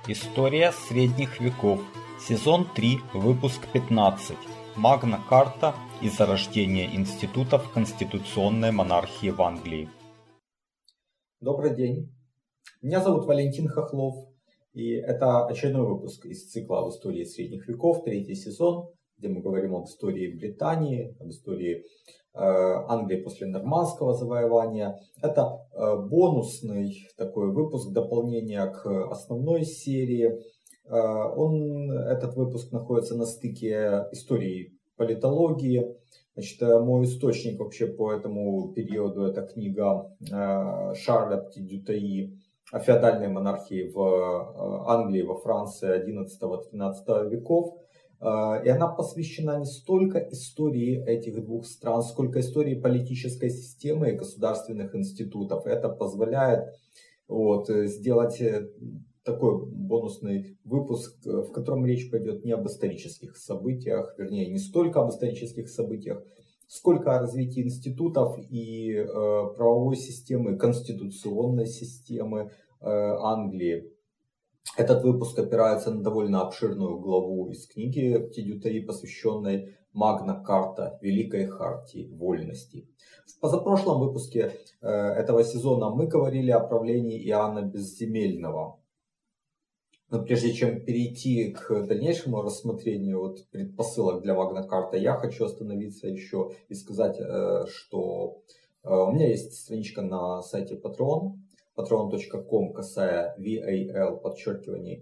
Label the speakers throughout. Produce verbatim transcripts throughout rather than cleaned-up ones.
Speaker 1: История средних веков. Сезон три, выпуск пятнадцать. Магна Карта и зарождение институтов конституционной монархии в Англии.
Speaker 2: Добрый день. Меня зовут Валентин Хохлов. И это очередной выпуск из цикла об истории средних веков, третий сезон, где мы говорим об истории Британии, об истории э, Англии после нормандского завоевания. Это э, бонусный такой выпуск, дополнение к основной серии. Э, он, этот выпуск находится на стыке истории политологии. Значит, мой источник вообще по этому периоду — это книга э, Шарля Пти-Дютаи о феодальной монархии в Англии, во Франции одиннадцатого-тринадцатого веков. И она посвящена не столько истории этих двух стран, сколько истории политической системы и государственных институтов. Это позволяет вот, сделать такой бонусный выпуск, в котором речь пойдет не об исторических событиях, вернее, не столько об исторических событиях, сколько о развитии институтов и э, правовой системы, конституционной системы э, Англии. Этот выпуск опирается на довольно обширную главу из книги Пти-Дютаи, посвященной Магна Карта, Великой Хартии Вольностей. В позапрошлом выпуске э, этого сезона мы говорили о правлении Иоанна Безземельного. Но прежде чем перейти к дальнейшему рассмотрению вот предпосылок для Магна Карта, я хочу остановиться еще и сказать, что у меня есть страничка на сайте Patreon, patreon точка com, касая вал, подчеркивание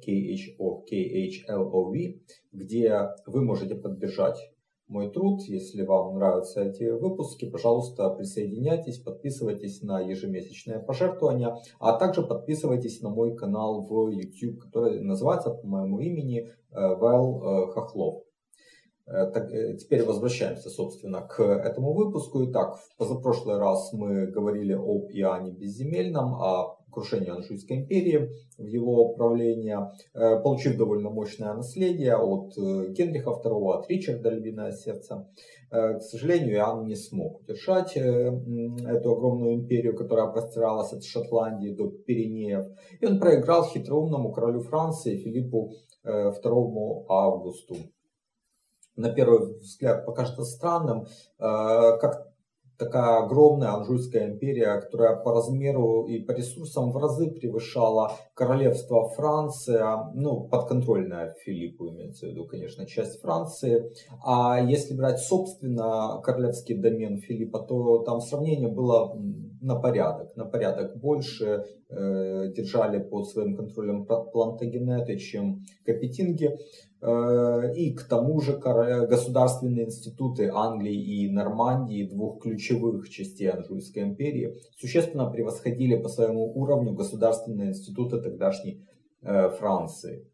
Speaker 2: KHO, где вы можете поддержать мой труд. Если вам нравятся эти выпуски, пожалуйста, присоединяйтесь, подписывайтесь на ежемесячное пожертвование, а также подписывайтесь на мой канал в YouTube, который называется по моему имени Вал Хохлов. Так, теперь возвращаемся, собственно, к этому выпуску. Итак, в позапрошлый раз мы говорили об Иоанне Безземельном, о крушении Анжуйской империи в его правлении, получив довольно мощное наследие от Генриха второго, от Ричарда Львиное Сердце. К сожалению, Иоанн не смог удержать эту огромную империю, которая простиралась от Шотландии до Пиренеев. И он проиграл хитроумному королю Франции Филиппу второму Августу. На первый взгляд покажется странным, как такая огромная Анжуйская империя, которая по размеру и по ресурсам в разы превышала королевство Франция, ну, подконтрольная Филиппу, имеется в виду, конечно, часть Франции. А если брать, собственно, королевский домен Филиппа, то там сравнение было на порядок, на порядок больше, э, держали под своим контролем Плантагенеты, чем Капетинги. И к тому же государственные институты Англии и Нормандии, двух ключевых частей Анжуйской империи, существенно превосходили по своему уровню государственные институты тогдашней Франции.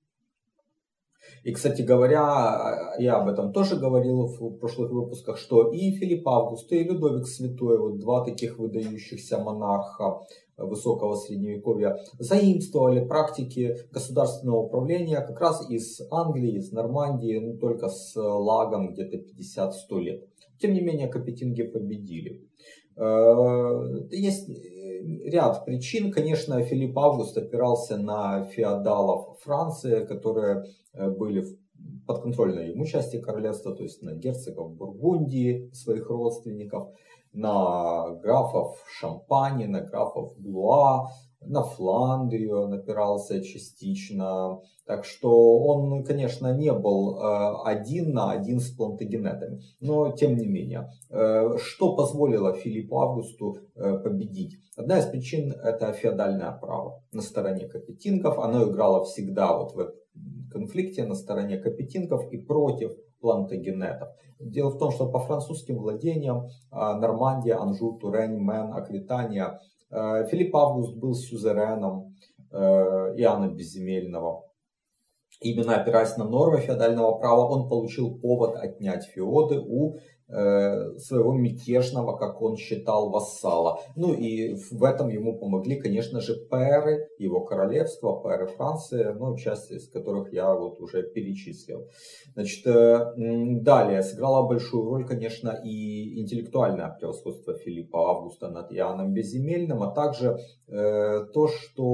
Speaker 2: И, кстати говоря, я об этом тоже говорил в прошлых выпусках, что и Филипп Август, и Людовик Святой, вот два таких выдающихся монарха высокого средневековья, заимствовали практики государственного управления как раз из Англии, из Нормандии, ну, только с лагом где-то пятьдесят-сто лет. Тем не менее, Капетинги победили. Есть ряд причин. Конечно, Филипп Август опирался на феодалов Франции, которые были в подконтрольной ему части королевства, то есть на герцогов Бургундии, своих родственников, на графов Шампани, на графов Блуа, на Фландрию он опирался частично. Так что он, конечно, не был один на один с плантагенетами. Но, тем не менее, что позволило Филиппу Августу победить? Одна из причин — это феодальное право на стороне капетингов. Оно играло всегда вот в этом конфликте на стороне капетингов и против плантагенетов. Дело в том, что по французским владениям Нормандия, Анжу, Турень, Мен, Аквитания, Филипп Август был сюзереном Иоанна Безземельного. Именно опираясь на нормы феодального права, он получил повод отнять феоды у э, своего мятежного, как он считал, вассала. Ну и в этом ему помогли, конечно же, пэры его королевства, пэры Франции, ну, часть из которых я вот уже перечислил. Значит, э, далее сыграла большую роль, конечно, и интеллектуальное превосходство Филиппа Августа над Иоанном Безземельным, а также э, то, что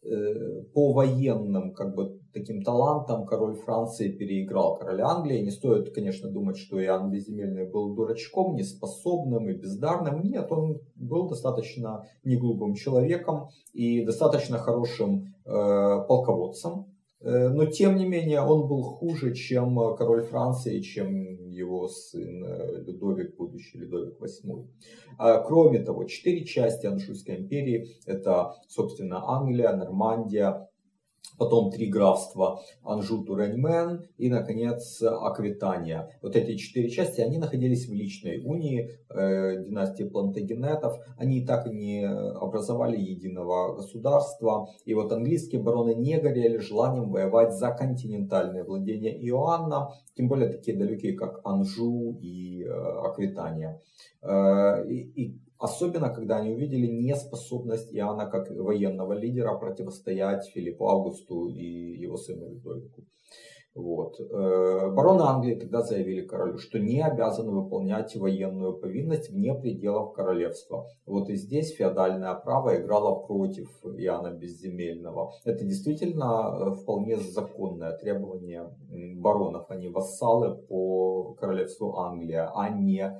Speaker 2: по военным как бы таким талантам король Франции переиграл короля Англии. Не стоит, конечно, думать, что Иоанн Безземельный был дурачком, неспособным и бездарным. Нет, он был достаточно неглупым человеком и достаточно хорошим э, полководцем. Но тем не менее он был хуже, чем король Франции, чем его сын Людовик, будущий Людовик восьмой. Кроме того, четыре части Анжуйской империи, это, собственно, Англия, Нормандия, потом три графства Анжу, Туреньмен и, наконец, Аквитания. Вот эти четыре части, они находились в личной унии э, династии Плантагенетов. Они так и не образовали единого государства. И вот английские бароны не горели желанием воевать за континентальные владения Иоанна, тем более такие далекие, как Анжу и э, Аквитания. Э, и, и Особенно, когда они увидели неспособность Иоанна как военного лидера противостоять Филиппу Августу и его сыну Людовику. Вот. Бароны Англии тогда заявили королю, что не обязаны выполнять военную повинность вне пределов королевства. Вот и здесь феодальное право играло против Иоанна Безземельного. Это действительно вполне законное требование баронов. Они вассалы по королевству Англия, а не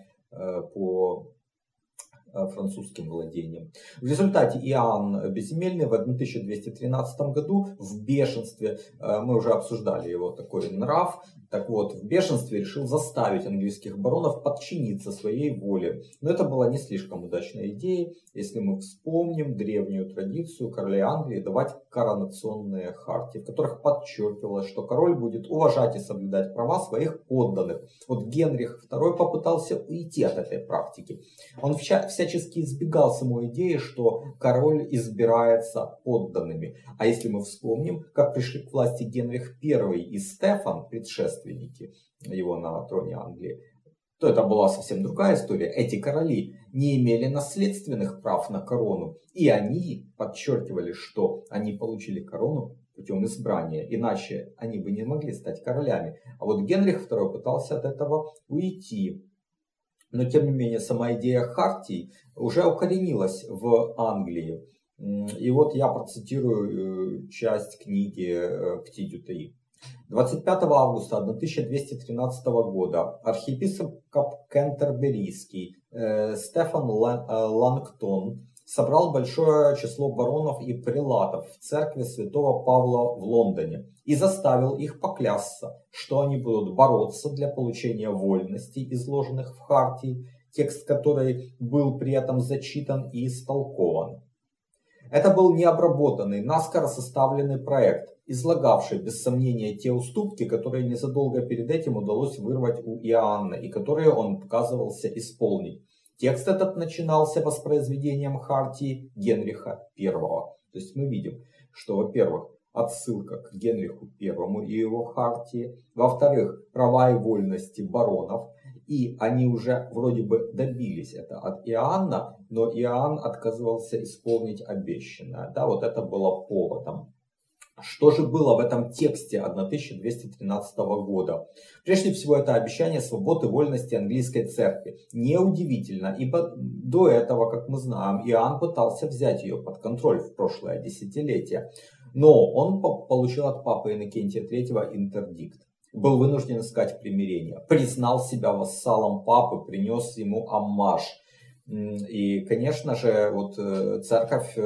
Speaker 2: по французским владением. В результате Иоанн Безземельный в тысяча двести тринадцатом году в бешенстве, мы уже обсуждали его такой нрав, так вот, в бешенстве решил заставить английских баронов подчиниться своей воле. Но это была не слишком удачная идея, если мы вспомним древнюю традицию королей Англии давать коронационные хартии, в которых подчеркивалось, что король будет уважать и соблюдать права своих подданных. Вот Генрих второй попытался уйти от этой практики. Он всячески избегал самой идеи, что король избирается подданными. А если мы вспомним, как пришли к власти Генрих первый и Стефан, предшественники его на троне Англии, то это была совсем другая история. Эти короли не имели наследственных прав на корону. И они подчеркивали, что они получили корону путем избрания. Иначе они бы не могли стать королями. А вот Генрих второй пытался от этого уйти. Но тем не менее сама идея хартий уже укоренилась в Англии. И вот я процитирую часть книги Птидютаи. двадцать пятого августа тысяча двести тринадцатого года архиепископ Кентерберийский э, Стефан Лангтон собрал большое число баронов и прелатов в церкви святого Павла в Лондоне и заставил их поклясться, что они будут бороться для получения вольностей, изложенных в хартии, текст которой был при этом зачитан и истолкован. Это был необработанный, наскоро составленный проект, излагавший без сомнения те уступки, которые незадолго перед этим удалось вырвать у Иоанна и которые он отказывался исполнить. Текст этот начинался воспроизведением хартии Генриха первого. То есть мы видим, что, во-первых, отсылка к Генриху первому и его хартии, во-вторых, права и вольности баронов, и они уже вроде бы добились это от Иоанна, но Иоанн отказывался исполнить обещанное. Да, вот это было поводом. Что же было в этом тексте тысяча двести тринадцатого года? Прежде всего, это обещание свободы и вольности английской церкви. Неудивительно, ибо до этого, как мы знаем, Иоанн пытался взять ее под контроль в прошлое десятилетие. Но он получил от папы Иннокентия третьего интердикт. Был вынужден искать примирение. Признал себя вассалом папы, принес ему оммаж. И, конечно же, вот церковь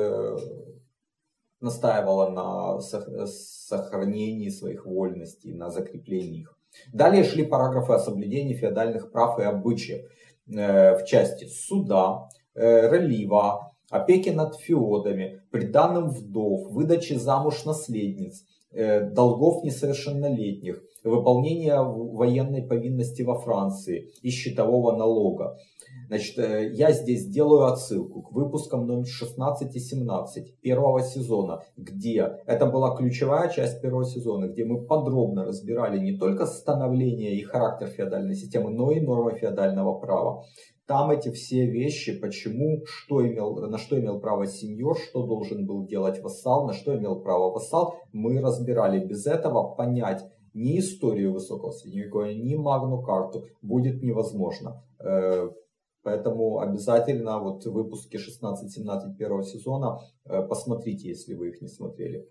Speaker 2: настаивала на сохранении своих вольностей, на закреплении их. Далее шли параграфы о соблюдении феодальных прав и обычаев в части суда, релива, опеки над феодами, приданым вдов, выдачи замуж наследниц, долгов несовершеннолетних, выполнения военной повинности во Франции и счетового налога. Значит, я здесь делаю отсылку к выпускам номер шестнадцать и семнадцать первого сезона, где это была ключевая часть первого сезона, где мы подробно разбирали не только становление и характер феодальной системы, но и нормы феодального права. Там эти все вещи, почему, что имел, на что имел право сеньор, что должен был делать вассал, на что имел право вассал, мы разбирали. Без этого понять ни историю высокого средневековья, ни Магну Карту будет невозможно. Поэтому обязательно вот выпуски шестнадцать-семнадцать первого сезона посмотрите, если вы их не смотрели.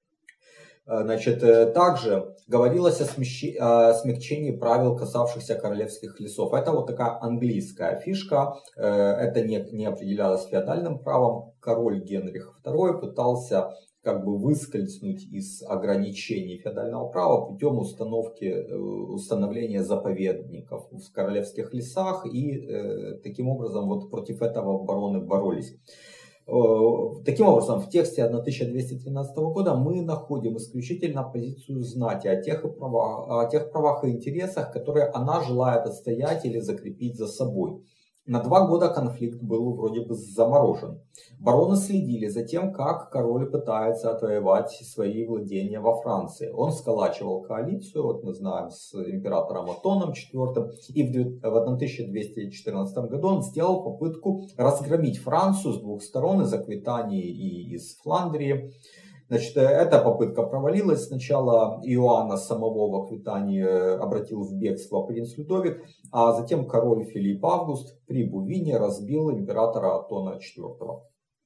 Speaker 2: Значит, также говорилось о, смещи... о смягчении правил, касавшихся королевских лесов. Это вот такая английская фишка. Это не, не определялось феодальным правом. Король Генрих второй пытался как бы выскользнуть из ограничений феодального права путем установки, установления заповедников в королевских лесах. И таким образом вот против этого бароны боролись. Таким образом, в тексте тысяча двести тринадцатого года мы находим исключительно позицию знати о тех, и правах, о тех правах и интересах, которые она желает отстоять или закрепить за собой. На два года конфликт был вроде бы заморожен. Бароны следили за тем, как король пытается отвоевать свои владения во Франции. Он сколачивал коалицию, вот мы знаем, с императором Отоном четвёртым, и в тысяча двести четырнадцатом году он сделал попытку разгромить Францию с двух сторон, из Аквитании и из Фландрии. Значит, эта попытка провалилась. Сначала Иоанна самого в Аквитании обратил в бегство принц Людовик, а затем король Филипп Август при Бувине разбил императора Отона четвёртого.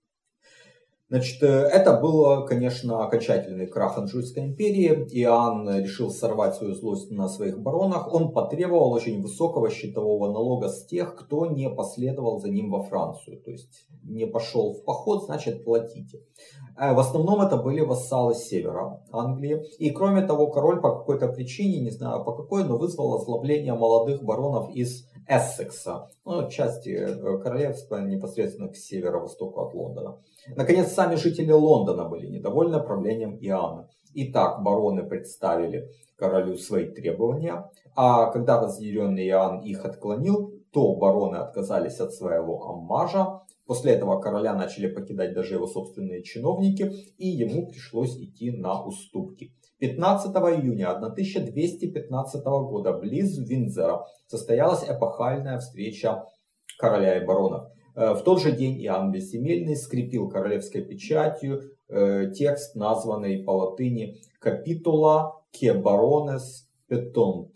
Speaker 2: Значит, это был, конечно, окончательный крах Анжуйской империи. Иоанн решил сорвать свою злость на своих баронах. Он потребовал очень высокого счетового налога с тех, кто не последовал за ним во Францию. То есть не пошел в поход, значит платите. В основном это были вассалы севера Англии. И кроме того, король по какой-то причине, не знаю по какой, но вызвал озлобление молодых баронов из Эссекса, ну, части королевства непосредственно к северо-востоку от Лондона. Наконец, сами жители Лондона были недовольны правлением Иоанна. Итак, бароны представили королю свои требования, а когда разъяренный Иоанн их отклонил, то бароны отказались от своего оммажа. После этого короля начали покидать даже его собственные чиновники, и ему пришлось идти на уступки. пятнадцатого июня тысяча двести пятнадцатого года близ Виндзора состоялась эпохальная встреча короля и баронов. В тот же день Иоанн Безземельный скрепил королевской печатью текст, названный по латыни «Capitula que barones petunt».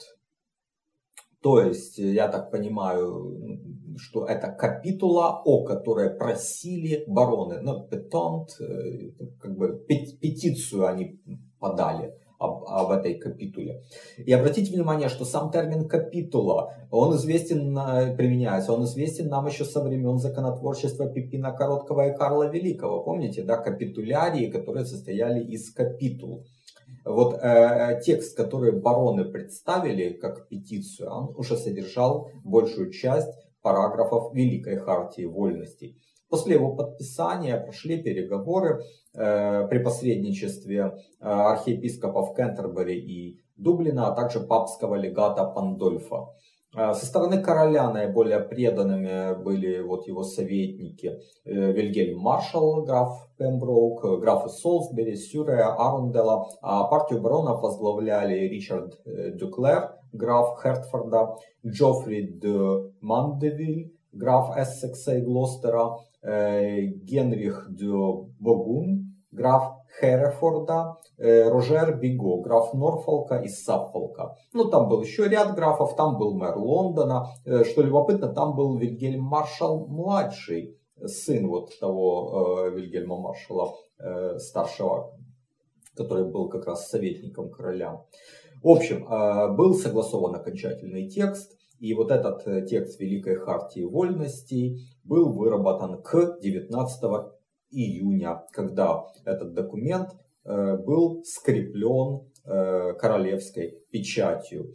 Speaker 2: То есть, я так понимаю, что это капитула, о которой просили бароны. Ну, петонт, как бы петицию они подали об, об этой капитуле. И обратите внимание, что сам термин капитула, он известен, применяется, он известен нам еще со времен законотворчества Пипина Короткого и Карла Великого. Помните, да, капитулярии, которые состояли из капитул. Вот э, текст, который бароны представили как петицию, он уже содержал большую часть параграфов Великой Хартии Вольностей. После его подписания прошли переговоры э, при посредничестве э, архиепископов Кентербери и Дублина, а также папского легата Пандольфа. Со стороны короля наиболее преданными были вот его советники Вильгельм Маршал, граф Пемброук, графы Солсбери, Сюррея, Арунделла, а партию баронов возглавляли Ричард Дюклер, граф Хертфорда, Джоффри де Мандевиль, граф Эссекса и Глостера, Генрих де Богун, граф Херефорда, Рожер Биго, граф Норфолка и Саффолка. Ну, там был еще ряд графов, там был мэр Лондона. Что любопытно, там был Вильгельм Маршал младший, сын вот того э, Вильгельма Маршала э, старшего, который был как раз советником короля. В общем, э, был согласован окончательный текст. И вот этот текст Великой Хартии Вольностей был выработан к девятнадцатому июня, когда этот документ э, был скреплен э, королевской печатью.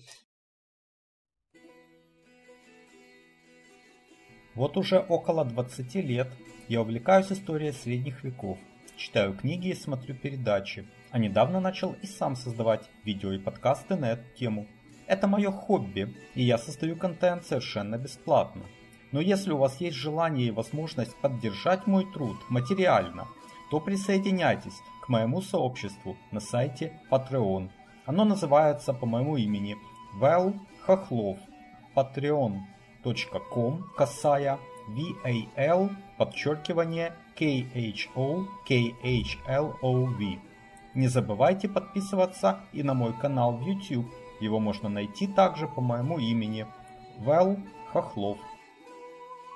Speaker 1: Вот уже около двадцати лет я увлекаюсь историей средних веков, читаю книги и смотрю передачи, а недавно начал и сам создавать видео и подкасты на эту тему. Это мое хобби, и я создаю контент совершенно бесплатно. Но если у вас есть желание и возможность поддержать мой труд материально, то присоединяйтесь к моему сообществу на сайте Patreon. Оно называется по моему имени Вэл Хохлов. patreon точка ком касая вал подчеркивание кхо кхлов. Не забывайте подписываться и на мой канал в YouTube. Его можно найти также по моему имени Вэл Хохлов.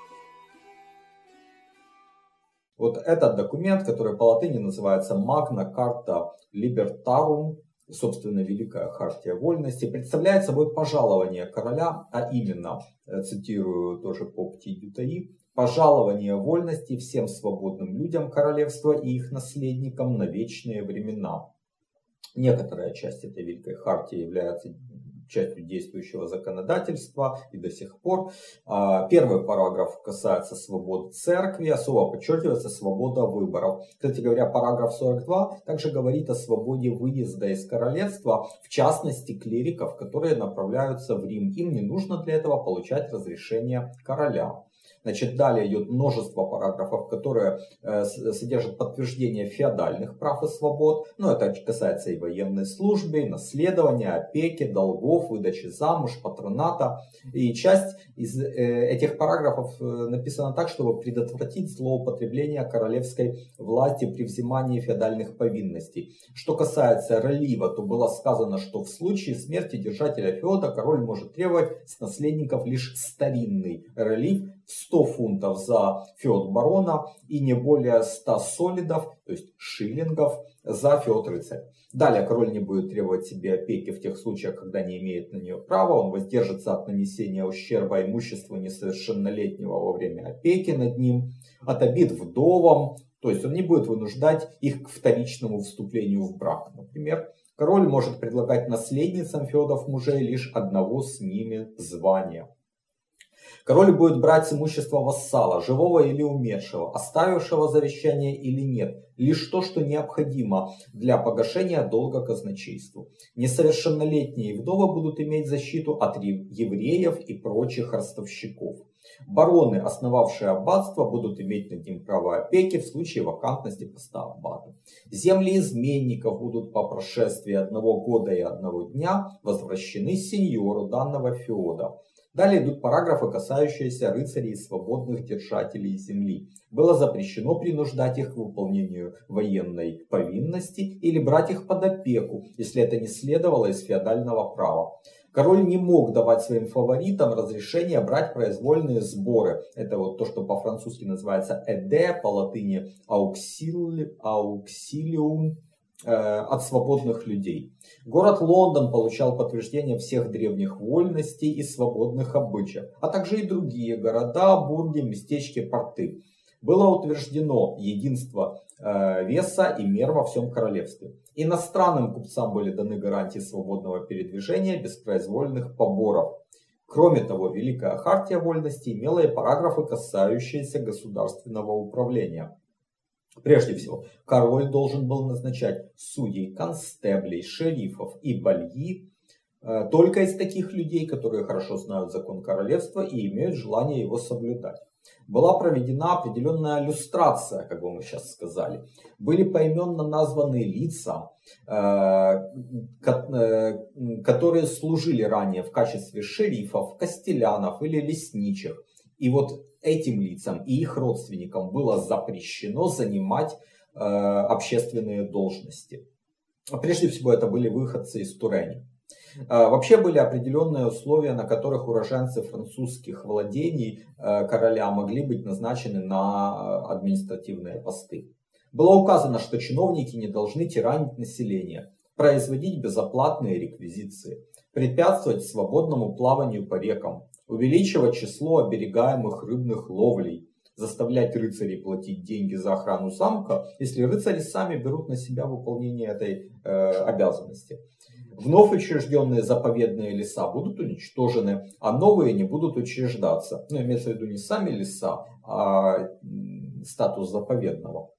Speaker 2: Вот этот документ, который по латыни называется Magna Carta Libertarum, собственно, Великая Хартия Вольности, представляет собой пожалование короля, а именно, цитирую тоже по Птидютаи, пожалование вольности всем свободным людям королевства и их наследникам на вечные времена. Некоторая часть этой Великой Хартии является частью действующего законодательства и до сих пор. Первый параграф касается свобод церкви, особо подчеркивается свобода выборов. Кстати говоря, параграф сорок два также говорит о свободе выезда из королевства, в частности клириков, которые направляются в Рим. Им не нужно для этого получать разрешение короля. Значит, далее идет множество параграфов, которые э, содержат подтверждение феодальных прав и свобод. Но это касается и военной службы, и наследования, опеки, долгов, выдачи замуж, патроната. И часть из э, этих параграфов э, написана так, чтобы предотвратить злоупотребление королевской власти при взимании феодальных повинностей. Что касается релива, то было сказано, что в случае смерти держателя феода король может требовать с наследников лишь старинный релив, сто фунтов за феод барона и не более ста солидов, то есть шиллингов, за феод рыцаря. Далее король не будет требовать себе опеки в тех случаях, когда не имеет на нее права. Он воздержится от нанесения ущерба имуществу несовершеннолетнего во время опеки над ним, от обид вдовам, то есть он не будет вынуждать их к вторичному вступлению в брак. Например, король может предлагать наследницам феодов мужей лишь одного с ними звания. Король будет брать с имущества вассала, живого или умершего, оставившего завещание или нет, лишь то, что необходимо для погашения долга казначейству. Несовершеннолетние вдовы будут иметь защиту от евреев и прочих ростовщиков. Бароны, основавшие аббатство, будут иметь над ним право опеки в случае вакантности поста аббата. Земли изменников будут по прошествии одного года и одного дня возвращены сеньору данного феода. Далее идут параграфы, касающиеся рыцарей и свободных держателей земли. Было запрещено принуждать их к выполнению военной повинности или брать их под опеку, если это не следовало из феодального права. Король не мог давать своим фаворитам разрешение брать произвольные сборы. Это вот то, что по-французски называется эде, по латыни ауксили, ауксилиум, от свободных людей. Город Лондон получал подтверждение всех древних вольностей и свободных обычаев, а также и другие города, бурги, местечки, порты. Было утверждено единство э, веса и мер во всем королевстве. Иностранным купцам были даны гарантии свободного передвижения без произвольных поборов. Кроме того, Великая Хартия Вольности имела и параграфы, касающиеся государственного управления. Прежде всего, король должен был назначать судей, констеблей, шерифов и бальи э, только из таких людей, которые хорошо знают закон королевства и имеют желание его соблюдать. Была проведена определенная люстрация, как бы мы сейчас сказали. Были поименно названы лица, э, э, которые служили ранее в качестве шерифов, костелянов или лесничек. И вот этим лицам и их родственникам было запрещено занимать э, общественные должности. Прежде всего, это были выходцы из Турени. Э, вообще были определенные условия, на которых уроженцы французских владений э, короля могли быть назначены на административные посты. Было указано, что чиновники не должны тиранить население, производить безоплатные реквизиции, препятствовать свободному плаванию по рекам, увеличивать число оберегаемых рыбных ловлей, заставлять рыцарей платить деньги за охрану замка, если рыцари сами берут на себя выполнение этой э, обязанности. Вновь учрежденные заповедные леса будут уничтожены, а новые не будут учреждаться. Ну, имеется в виду не сами леса, а статус заповедного.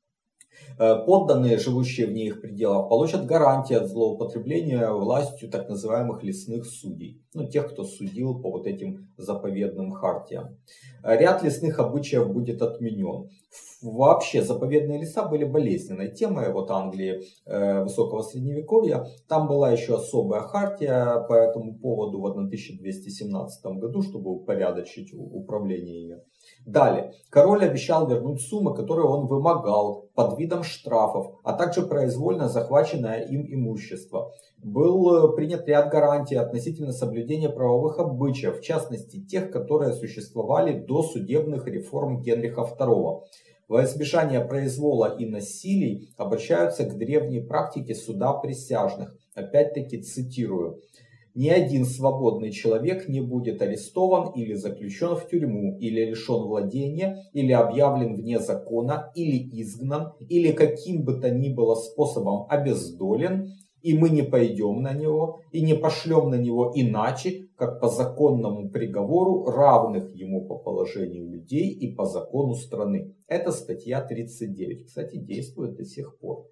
Speaker 2: Подданные, живущие вне их пределов, получат гарантии от злоупотребления властью так называемых лесных судей. Ну, тех, кто судил по вот этим заповедным хартиям. Ряд лесных обычаев будет отменен. Вообще заповедные леса были болезненной темой вот Англии э, высокого средневековья. Там была еще особая хартия по этому поводу в тысяча двести семнадцатом году, чтобы упорядочить управление ими. Далее, король обещал вернуть суммы, которые он вымогал под видом штрафов, а также произвольно захваченное им имущество. Был принят ряд гарантий относительно соблюдения правовых обычаев, в частности тех, которые существовали до судебных реформ Генриха второго. Во избежание произвола и насилий обращаются к древней практике суда присяжных. Опять-таки цитирую. Ни один свободный человек не будет арестован или заключен в тюрьму, или лишен владения, или объявлен вне закона, или изгнан, или каким бы то ни было способом обездолен, и мы не пойдем на него, и не пошлем на него иначе, как по законному приговору равных ему по положению людей и по закону страны. Это статья тридцать девять. Кстати, действует до сих пор.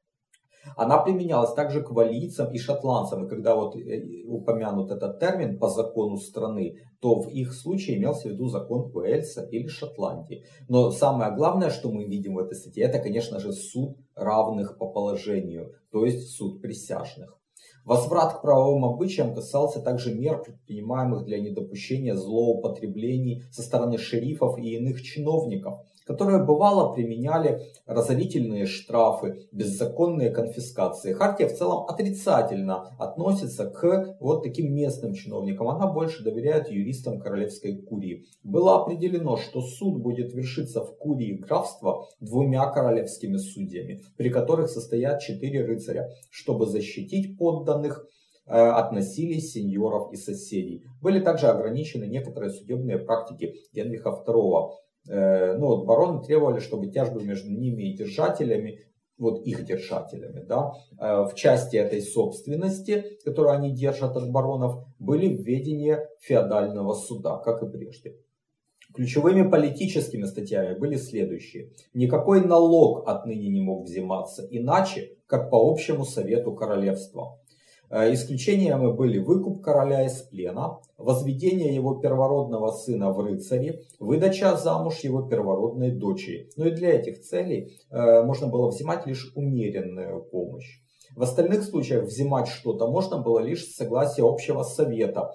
Speaker 2: Она применялась также к валлийцам и шотландцам. И когда вот упомянут этот термин по закону страны, то в их случае имелся в виду закон Уэльса или Шотландии. Но самое главное, что мы видим в этой статье, это, конечно же, суд равных по положению, то есть суд присяжных. Возврат к правовым обычаям касался также мер, предпринимаемых для недопущения злоупотреблений со стороны шерифов и иных чиновников, которые бывало применяли разорительные штрафы, беззаконные конфискации. Хартия в целом отрицательно относится к вот таким местным чиновникам. Она больше доверяет юристам королевской курии. Было определено, что суд будет вершиться в курии графства двумя королевскими судьями, при которых состоят четыре рыцаря, чтобы защитить подданных от насилия сеньоров и соседей. Были также ограничены некоторые судебные практики Генриха второго. Ну, вот бароны требовали, чтобы тяжбы между ними и держателями, вот их держателями, да, в части этой собственности, которую они держат от баронов, были в ведении феодального суда, как и прежде. Ключевыми политическими статьями были следующие. Никакой налог отныне не мог взиматься иначе, как по общему совету королевства. Исключениями были выкуп короля из плена, возведение его первородного сына в рыцари, выдача замуж его первородной дочери. Но и для этих целей можно было взимать лишь умеренную помощь. В остальных случаях взимать что-то можно было лишь с согласия общего совета,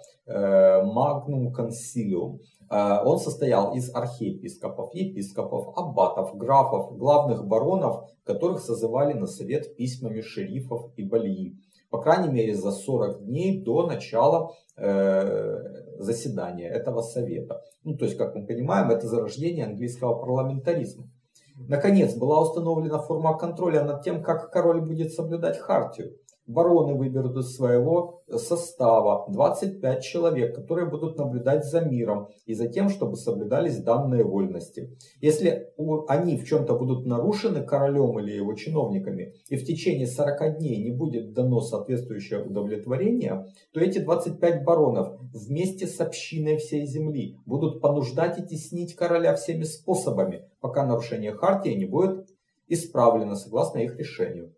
Speaker 2: Magnum Concilium. Он состоял из архиепископов, епископов, аббатов, графов, главных баронов, которых созывали на совет письмами шерифов и балии. По крайней мере за сорок дней до начала э, заседания этого совета. Ну, то есть, как мы понимаем, это зарождение английского парламентаризма. Наконец, была установлена форма контроля над тем, как король будет соблюдать хартию. Бароны выберут из своего состава двадцать пять человек, которые будут наблюдать за миром и за тем, чтобы соблюдались данные вольности. Если они в чем-то будут нарушены королем или его чиновниками, и в течение сорока дней не будет дано соответствующее удовлетворение, то эти двадцать пять баронов вместе с общиной всей земли будут понуждать и теснить короля всеми способами, пока нарушение хартии не будет исправлено согласно их решению.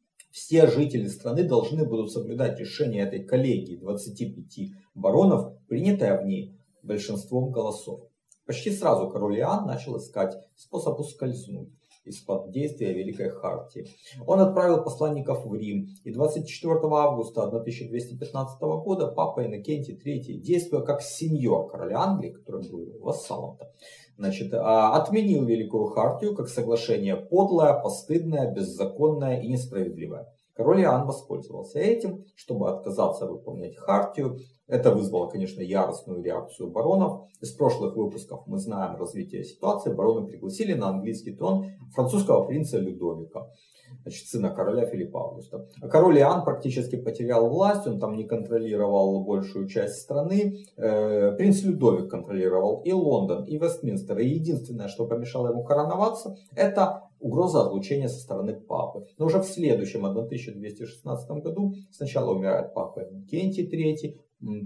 Speaker 2: Все жители страны должны будут соблюдать решение этой коллегии двадцати пяти баронов, принятое в ней большинством голосов. Почти сразу король Иоанн начал искать способ ускользнуть из-под действия Великой Хартии. Он отправил посланников в Рим, и двадцать четвёртого августа тысяча двести пятнадцатого года папа Иннокентий третий, действуя как сеньор короля Англии, который был вассалом-то, значит, отменил Великую Хартию как соглашение подлое, постыдное, беззаконное и несправедливое. Король Иоанн воспользовался этим, чтобы отказаться выполнять хартию. Это вызвало, конечно, яростную реакцию баронов. Из прошлых выпусков мы знаем развитие ситуации. Бароны пригласили на английский трон французского принца Людовика, значит, сына короля Филиппа Августа. А король Иоанн практически потерял власть, он там не контролировал большую часть страны. Принц Людовик контролировал и Лондон, и Вестминстер. И единственное, что помешало ему короноваться, это угроза отлучения со стороны папы. Но уже в следующем тысяча двести шестнадцатом году сначала умирает папа Иннокентий третий,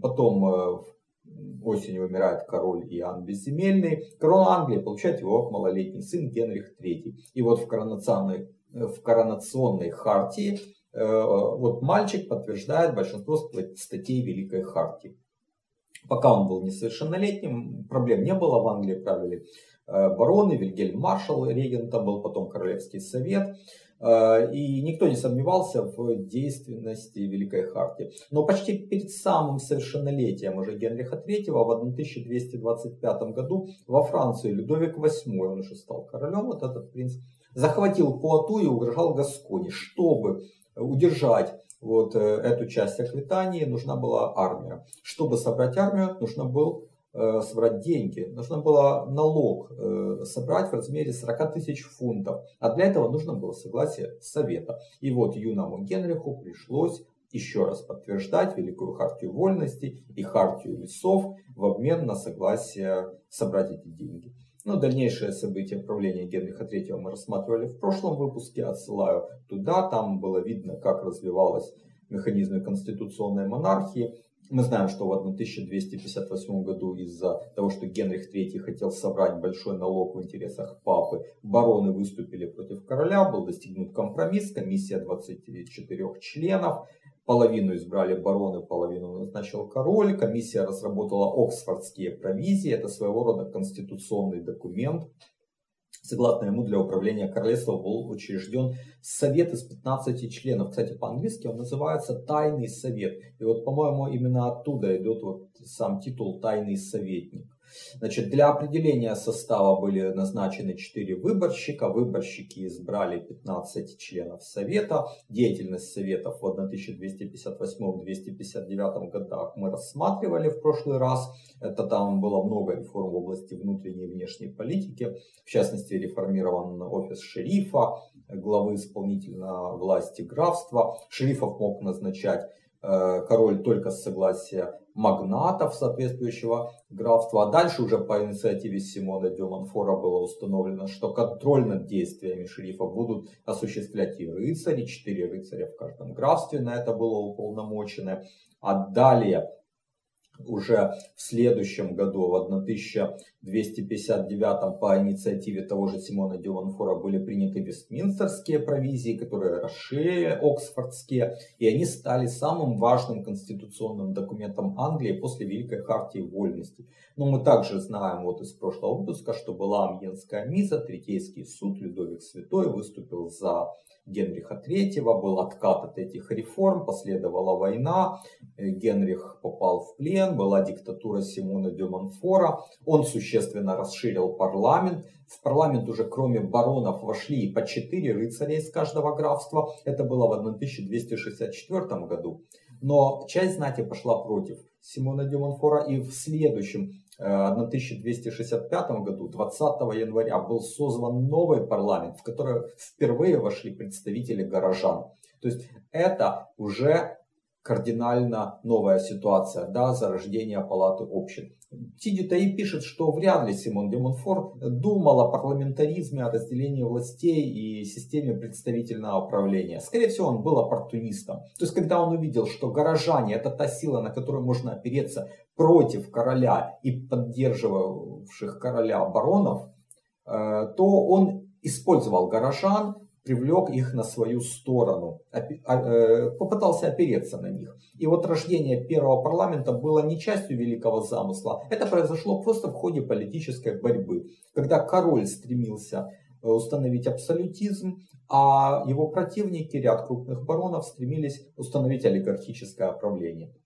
Speaker 2: потом осенью умирает король Иоанн Безземельный. Корону Англии получает его малолетний сын Генрих третий. И вот в коронационной, в коронационной хартии вот мальчик подтверждает большинство статей Великой Хартии. Пока он был несовершеннолетним, проблем не было, в Англии правили бароны, Вильгельм Маршал регентом был, потом Королевский совет. И никто не сомневался в действенности Великой Хартии. Но почти перед самым совершеннолетием уже Генриха третьего в тысяча двести двадцать пятом году во Франции Людовик восьмой, он уже стал королем, вот этот принц, захватил Пуату и угрожал Гаскони. Чтобы удержать вот эту часть Аквитании, нужна была армия. Чтобы собрать армию, нужно был э, собрать деньги, нужно было налог э, собрать в размере сорок тысяч фунтов. А для этого нужно было согласие совета. И вот юному Генриху пришлось еще раз подтверждать Великую Хартию Вольностей и Хартию Лесов в обмен на согласие собрать эти деньги. Ну, дальнейшие события правления Генриха третьего мы рассматривали в прошлом выпуске, отсылаю туда, там было видно, как развивалась механизмы конституционной монархии. Мы знаем, что в тысяча двести пятьдесят восьмом году из-за того, что Генрих третий хотел собрать большой налог в интересах папы, бароны выступили против короля, был достигнут компромисс, комиссия двадцати четырёх членов. Половину избрали бароны, половину назначил король. Комиссия разработала Оксфордские провизии. Это своего рода конституционный документ. Согласно ему, для управления королевством был учрежден совет из пятнадцати членов. Кстати, по-английски он называется «Тайный совет». И вот, по-моему, именно оттуда идет вот сам титул «Тайный советник». Значит, для определения состава были назначены четыре выборщика. Выборщики избрали пятнадцать членов совета. Деятельность советов в тысяча двести пятьдесят восьмом — двести пятьдесят девятом годах мы рассматривали в прошлый раз. Это там было много реформ в области внутренней и внешней политики. В частности, реформирован офис шерифа, главы исполнительной власти графства. Шерифов мог назначать король только с согласия магнатов соответствующего графства. А дальше уже по инициативе Симона де Монфора было установлено, что контроль над действиями шерифа будут осуществлять и рыцари. Четыре рыцаря в каждом графстве на это было уполномочено. А далее уже в следующем году, в тысяча двести пятьдесят девятом, по инициативе того же Симона де Монфора были приняты Вестминстерские провизии, которые расширили Оксфордские, и они стали самым важным конституционным документом Англии после Великой Хартии Вольностей. Но мы также знаем вот из прошлого выпуска, что была Амьенская миза, Третейский суд, Людовик Святой выступил за Генриха третьего, был откат от этих реформ, последовала война, Генрих попал в плен, была диктатура Симона де Монфора, он существенно расширил парламент. В парламент уже кроме баронов вошли по четыре рыцаря из каждого графства, это было в тысяча двести шестьдесят четвёртом году. Но часть знати пошла против Симона де Монфора, и в следующем тысяча двести шестьдесят пятом году, двадцатого января, был создан новый парламент, в который впервые вошли представители горожан. То есть это уже кардинально новая ситуация, да, зарождение палаты общин. Тиди-то и пишет, что вряд ли Симон де Монфор думал о парламентаризме, о разделении властей и системе представительного правления. Скорее всего, он был оппортунистом. То есть, когда он увидел, что горожане — это та сила, на которую можно опереться против короля и поддерживавших короля баронов, то он использовал горожан, привлек их на свою сторону, попытался опереться на них. И вот рождение первого парламента было не частью великого замысла, это произошло просто в ходе политической борьбы, когда король стремился установить абсолютизм, а его противники, ряд крупных баронов, стремились установить олигархическое правление.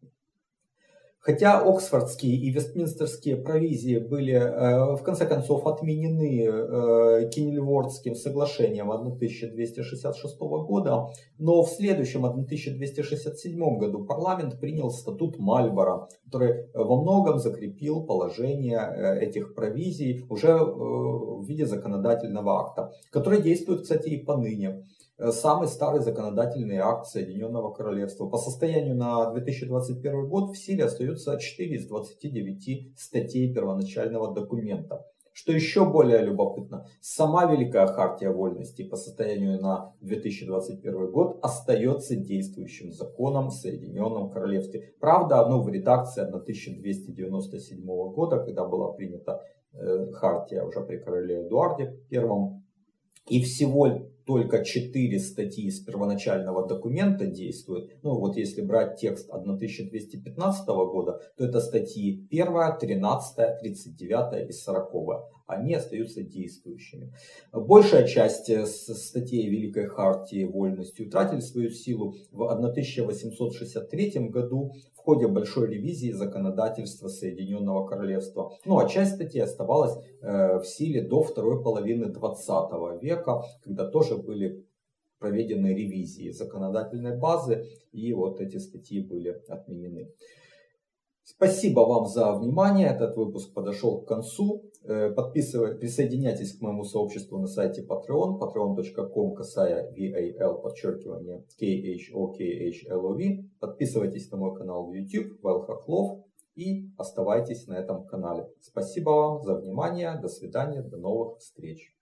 Speaker 2: Хотя Оксфордские и Вестминстерские провизии были в конце концов отменены Кенильвордским соглашением тысяча двести шестьдесят шестого года, но в следующем тысяча двести шестьдесят седьмом году парламент принял статут Мальборо, который во многом закрепил положение этих провизий уже в виде законодательного акта, который действует, кстати, и поныне. Самый старый законодательный акт Соединенного Королевства. По состоянию на две тысячи двадцать первый год в силе остаются четыре из двадцати девяти статей первоначального документа. Что еще более любопытно, сама Великая Хартия Вольностей по состоянию на две тысячи двадцать первый год остается действующим законом в Соединенном Королевстве. Правда, ну, в редакции тысяча двести девяносто седьмого года, когда была принята э, Хартия уже при короле Эдуарде Первом, и всего только четыре статьи из первоначального документа действуют. Ну вот если брать текст тысяча двести пятнадцатого года, то это статьи первая, тринадцатая, тридцать девятая и сороковая. Они остаются действующими. Большая часть статей Великой Хартии Вольности утратили свою силу в тысяча восемьсот шестьдесят третьем году в ходе большой ревизии законодательства Соединенного Королевства. Ну а часть статей оставалась э, в силе до второй половины двадцатого века, когда тоже были проведены ревизии законодательной базы, и вот эти статьи были отменены. Спасибо вам за внимание. Этот выпуск подошел к концу. Подписывайтесь, присоединяйтесь к моему сообществу на сайте Patreon, patreon точка com, касая val, подчеркивание, khokhlov. Подписывайтесь на мой канал в YouTube, Вал Хохлов, и оставайтесь на этом канале. Спасибо вам за внимание. До свидания. До новых встреч.